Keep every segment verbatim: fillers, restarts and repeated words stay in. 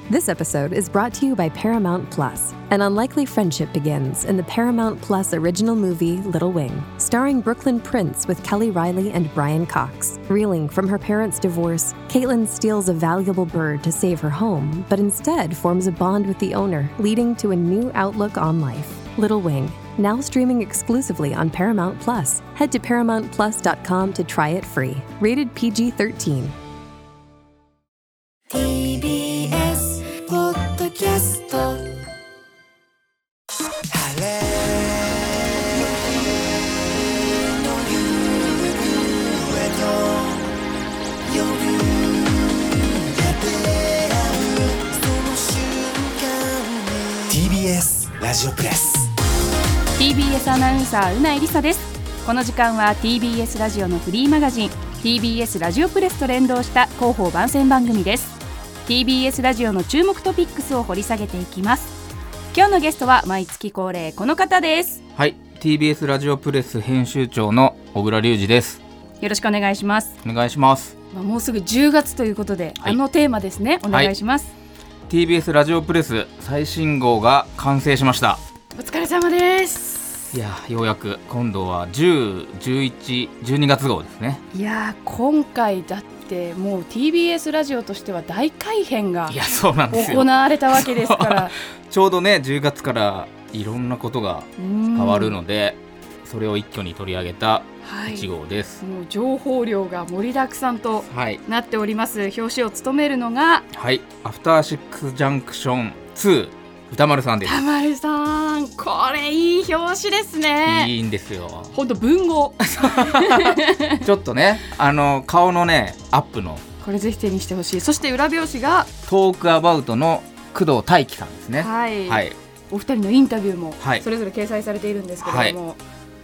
This episode is brought to you by Paramount Plus. An unlikely friendship begins in the Paramount Plus original movie Little Wing, starring Brooklyn Prince with Kelly Riley and Brian Cox. Reeling from her parents' divorce, Caitlin steals a valuable bird to save her home, but instead forms a bond with the owner, leading to a new outlook on life. Little Wing, now streaming exclusively on Paramount Plus. Head to paramount plus dot com to try it free. Ratedピージーサーティーン。 ティービーエス ポッドキャスト。 ティービーエス ラジオプレス。 ティービーエス アナウンサーうないりさです。この時間は ティービーエス ラジオのフリーマガジン ティービーエス ラジオプレスと連動した広報番宣番組です。 ティービーエス ラジオの注目トピックスを掘り下げていきます。今日のゲストは毎月恒例この方です。 はい、 ティービーエス ラジオプレス編集長の小倉隆二です。 よろしくお願いします。 お願いします。 まあ、もうすぐじゅうがつということで、はい、あのテーマですね、お願いします。はい、 ティービーエス ラジオプレス最新号が完成しました。 お疲れ様です。 いや、ようやく今度はじゅう、じゅういち、じゅうにがつ号ですね。 いや、今回だってもう ティービーエス ラジオとしては大改編が行われたわけですから。 ちょうどねじゅうがつからいろんなことが変わるので、それを一挙に取り上げたいち号です。 はい、もう情報量が盛りだくさんとなっております。はい、表紙を務めるのが、 はい、アフターシックスジャンクションツー歌丸さんです。 歌丸さん、これいい表紙ですね。 いいんですよ。 ほんと文豪ちょっとね、あの顔のねアップのこれぜひ手にしてほしい。そして裏表紙がトークアバウトの工藤大輝さんですね。 はい、 はい、 お二人のインタビューもそれぞれ掲載されているんですけれども、はい、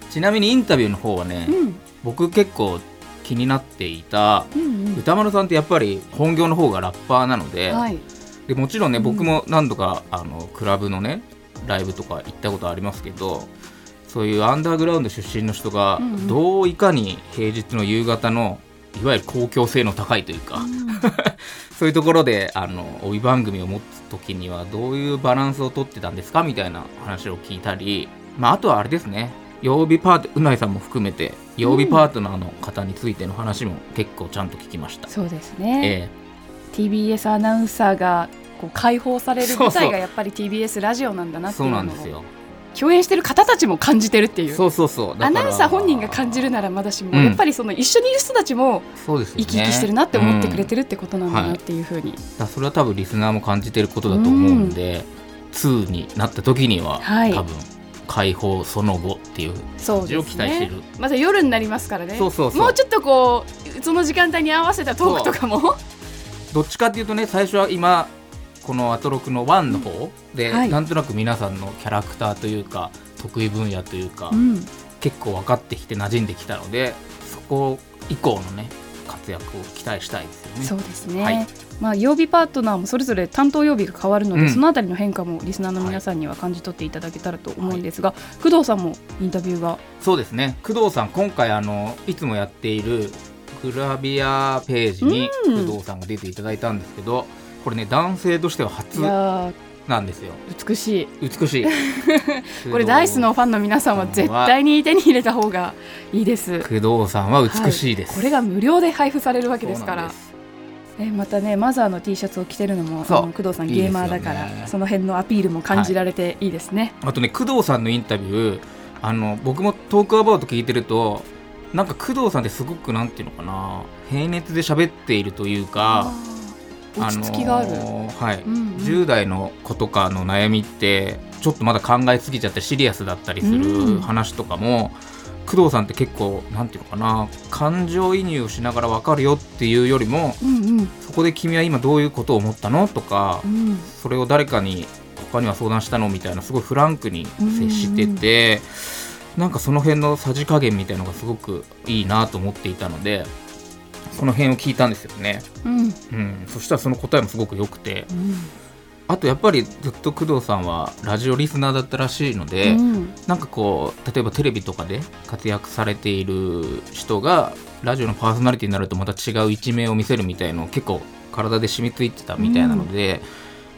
ちなみにインタビューの方はね、うん、僕結構気になっていた、うんうん、歌丸さんってやっぱり本業の方がラッパーなので、はい、でもちろんね、僕も何度かあのクラブのねライブとか行ったことありますけど、そういうアンダーグラウンド出身の人がどういかに平日の夕方のいわゆる公共性の高いというか、うん、そういうところであの帯番組を持つ時にはどういうバランスを取ってたんですかみたいな話を聞いたり、まあ、あとはあれですね、曜日パートうないさんも含めて曜日パートナーの方についての話も結構ちゃんと聞きました。 うん、そうですね、えー、ティービーエス アナウンサーがこう解放される舞台がやっぱり ティービーエス ラジオなんだなっていうのを、そうなんですよ、共演してる方たちも感じてるっていう。 そうそうそう、 アナウンサー本人が感じるならまだしも、うん、やっぱりその一緒にいる人たちも生き生きしてるなって思ってくれてるってことなんだなっていうふうに、うん、はい、だそれは多分リスナーも感じてることだと思うんで、うん、ツーになった時には、はい、多分解放その後っていう感じを期待してる。 ね、また夜になりますからね。 そうそうそう、 もうちょっとこうその時間帯に合わせたトークとかもどっちかっていうとね、最初は今このアトロクのワンの方で、うん、はい、なんとなく皆さんのキャラクターというか得意分野というか、うん、結構分かってきて馴染んできたので、そこ以降のね活躍を期待したいですよね。 そうですね、はい、まあ、曜日パートナーもそれぞれ担当曜日が変わるので、うん、そのあたりの変化もリスナーの皆さんには感じ取っていただけたらと思うんですが、はい、工藤さんもインタビューが。 そうですね、工藤さん今回あのいつもやっているグラビアページに工藤さんが出ていただいたんですけど、うん、これね男性としては初なんですよ。 美しい美しいこれダイスのファンの皆さんは絶対に手に入れた方がいいです。 工藤さんは美しいです、 はい、これが無料で配布されるわけですから。えまたね、マザーの T シャツを着てるのも、あの工藤さんゲーマーだから、いいですよね、その辺のアピールも感じられていいですね。 はい、あとね、工藤さんのインタビュー、あの僕もトークアバウト聞いてると、なんか工藤さんってすごくなんていうのかな、平熱で喋っているというか、 落ち着きがある、あのーはい、うんうん、じゅう代の子とかの悩みってちょっとまだ考えすぎちゃってシリアスだったりする話とかも、うん、工藤さんって結構なんていうのかな、感情移入をしながら分かるよっていうよりも、うんうん、そこで君は今どういうことを思ったのとか、うん、それを誰かに他には相談したのみたいな、すごいフランクに接してて、うんうん、なんかその辺のさじ加減みたいなのがすごくいいなと思っていたので、その辺を聞いたんですよね、うんうん、そしたらその答えもすごく良くて、うん、あとやっぱりずっと工藤さんはラジオリスナーだったらしいので、うん、なんかこう例えばテレビとかで活躍されている人がラジオのパーソナリティになるとまた違う一面を見せるみたいのを結構体で染みついてたみたいなので、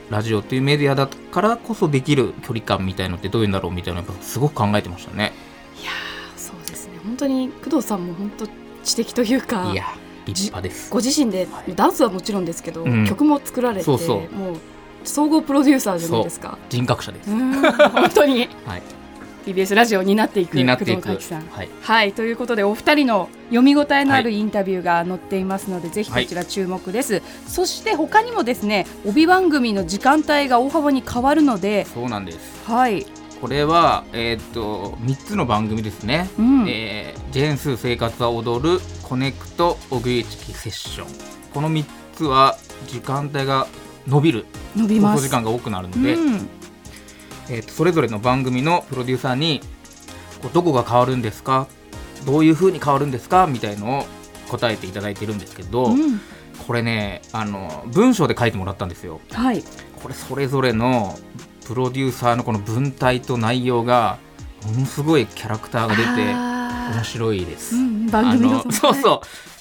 ラジオっていうメディアだからこそできる距離感みたいのってどういうんだろうみたいなのをすごく考えてましたね。 いやそうですね、本当に工藤さんも本当知的というか、 いや立派です。 ご自身で、はい、ダンスはもちろんですけど、うん、曲も作られて、そうそう、もう総合プロデューサーじゃないですか。 人格者です。 本当に、はい、ティービーエス ラジオになっていく工藤大輝さん、 はい、 はい、ということでお二人の読み応えのあるインタビューが載っていますので、はい、ぜひこちら注目です、はい、そして他にもですね、帯番組の時間帯が大幅に変わるので。 そうなんです、 はい、 これは、えー、っとみっつの番組ですね、うん、えー、ジェーンスー生活は踊る、コネクト、小栗チキセッション、このみっつは時間帯が伸びる、 伸びます、 放送時間が多くなるので、うん、えー、とそれぞれの番組のプロデューサーにこうどこが変わるんですか、どういう風に変わるんですかみたいのを答えていただいているんですけど、うん、これね、あの文章で書いてもらったんですよ、 はい、 これそれぞれのプロデューサーのこの文体と内容がものすごいキャラクターが出て面白いです、 うん、番組の、 あのそうそう、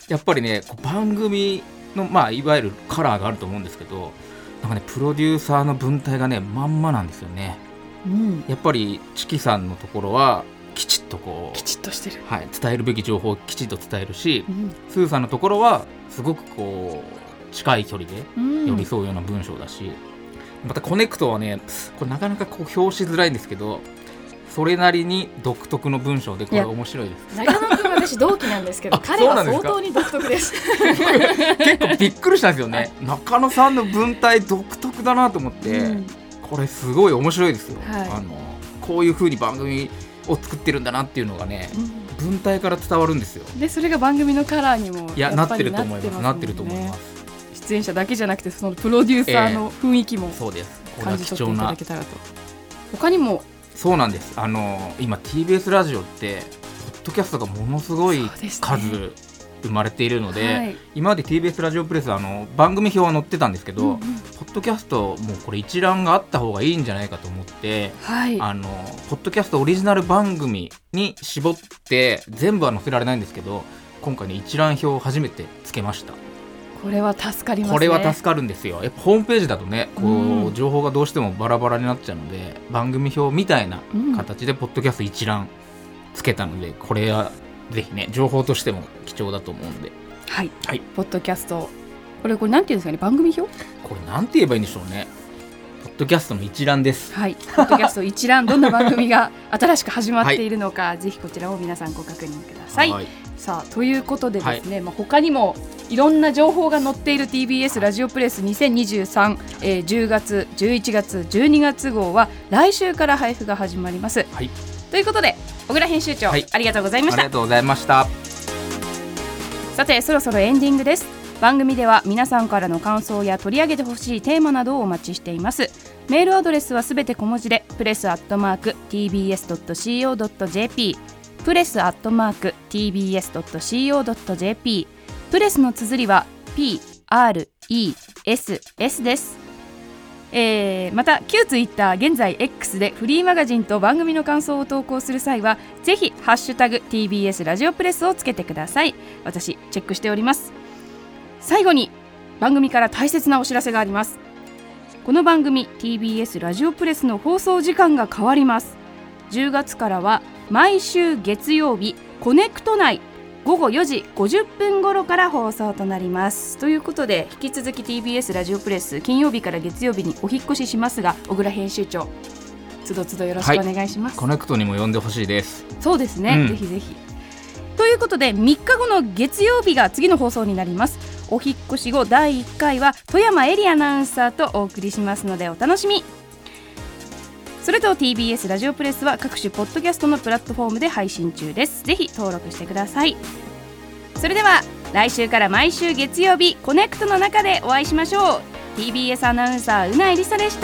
やっぱりねこう番組の、まあ、いわゆるカラーがあると思うんですけど、なんかねプロデューサーの文体がねまんまなんですよね、うん、やっぱりチキさんのところはきちっとこうきちっとしてる、 はい、伝えるべき情報をきちっと伝えるし、うん、スーさんのところはすごくこう近い距離で寄り添うような文章だし、うん、またコネクトはねこれなかなかこう表しづらいんですけど、それなりに独特の文章でこれ面白いです。 中野君は私同期なんですけど彼は相当に独特です結構びっくりしたんですよね中野さんの文体独特だなと思って、うん、これすごい面白いですよ、はい、あのこういう風に番組を作ってるんだなっていうのがね、うん、文体から伝わるんですよ。 でそれが番組のカラーにもいやなってると思います、なってると思います。 出演者だけじゃなくてそのプロデューサーの雰囲気も感じ取っていただけたらと、えー、他にもそうなんです、あの今 ティービーエス ラジオってポッドキャストがものすごい数生まれているので、はい、今まで ティービーエス ラジオプレスあの番組表は載ってたんですけど、うんうん、ポッドキャストもうこれ一覧があった方がいいんじゃないかと思って、はい、あのポッドキャストオリジナル番組に絞って全部は載せられないんですけど、今回ね一覧表を初めてつけました。 これは助かりますね。 これは助かるんですよ。やっぱホームページだとねこう、うん、情報がどうしてもバラバラになっちゃうので、番組表みたいな形でポッドキャスト一覧つけたので、これはぜひね情報としても貴重だと思うんで、 はい、はい、ポッドキャストこれこれなんていうんですかね、番組表これなんて言えばいいんでしょうね。ポッドキャストの一覧です。 はい、ポッドキャスト一覧どんな番組が新しく始まっているのか、はい、ぜひこちらを皆さんご確認ください。はい、さあということでですね、はい、まあ、他にもいろんな情報が載っている ティービーエス ラジオプレスにせんにじゅうさん、えー、じゅうがつじゅういちがつじゅうにがつ号は来週から配布が始まります、はい、ということで小倉編集長、はい、ありがとうございました。 ありがとうございました。 さてそろそろエンディングです。番組では皆さんからの感想や取り上げてほしいテーマなどをお待ちしています。メールアドレスはすべて小文字でプレスアットマーク ティービーエスドットシーオードットジェーピー プレスアットマーク ティービーエスドットシーオードットジェーピー プレスの綴りは ピーアールイーエスエス です。えー、また旧ツイッター現在 X でフリーマガジンと番組の感想を投稿する際はぜひハッシュタグ ティービーエス ラジオプレスをつけてください。私チェックしております。最後に番組から大切なお知らせがあります。この番組 ティービーエス ラジオプレスの放送時間が変わります。じゅうがつからは毎週月曜日コネクト内ごごよじごじゅっぷん頃から放送となります。ということで引き続き ティービーエス ラジオプレス金曜日から月曜日にお引越ししますが、小倉編集長つどつどよろしくお願いします。 はい、コネクトにも呼んでほしいです。 そうですね、うん、ぜひぜひ。ということでみっかごの月曜日が次の放送になります。お引越し後だいいっかいは富山エリアナウンサーとお送りしますのでお楽しみ。それと ティービーエス ラジオプレスは各種ポッドキャストのプラットフォームで配信中です。ぜひ登録してください。それでは来週から毎週月曜日コネクトの中でお会いしましょう。 ティービーエス アナウンサーうないりさでした。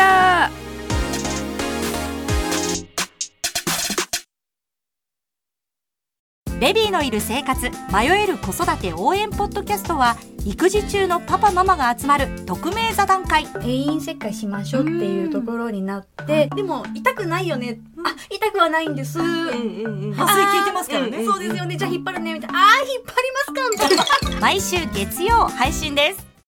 ベビーのいる生活迷える子育て応援ポッドキャストは育児中のパパママが集まる匿名座談会。 定員切開しましょうっていうところになって、でも痛くないよね、あ、痛くはないんです、うんうんうん、麻酔効いてますからね、 そうですよね、じゃあ引っ張るねみたいな、あー引っ張りますかみたいな毎週月曜配信です。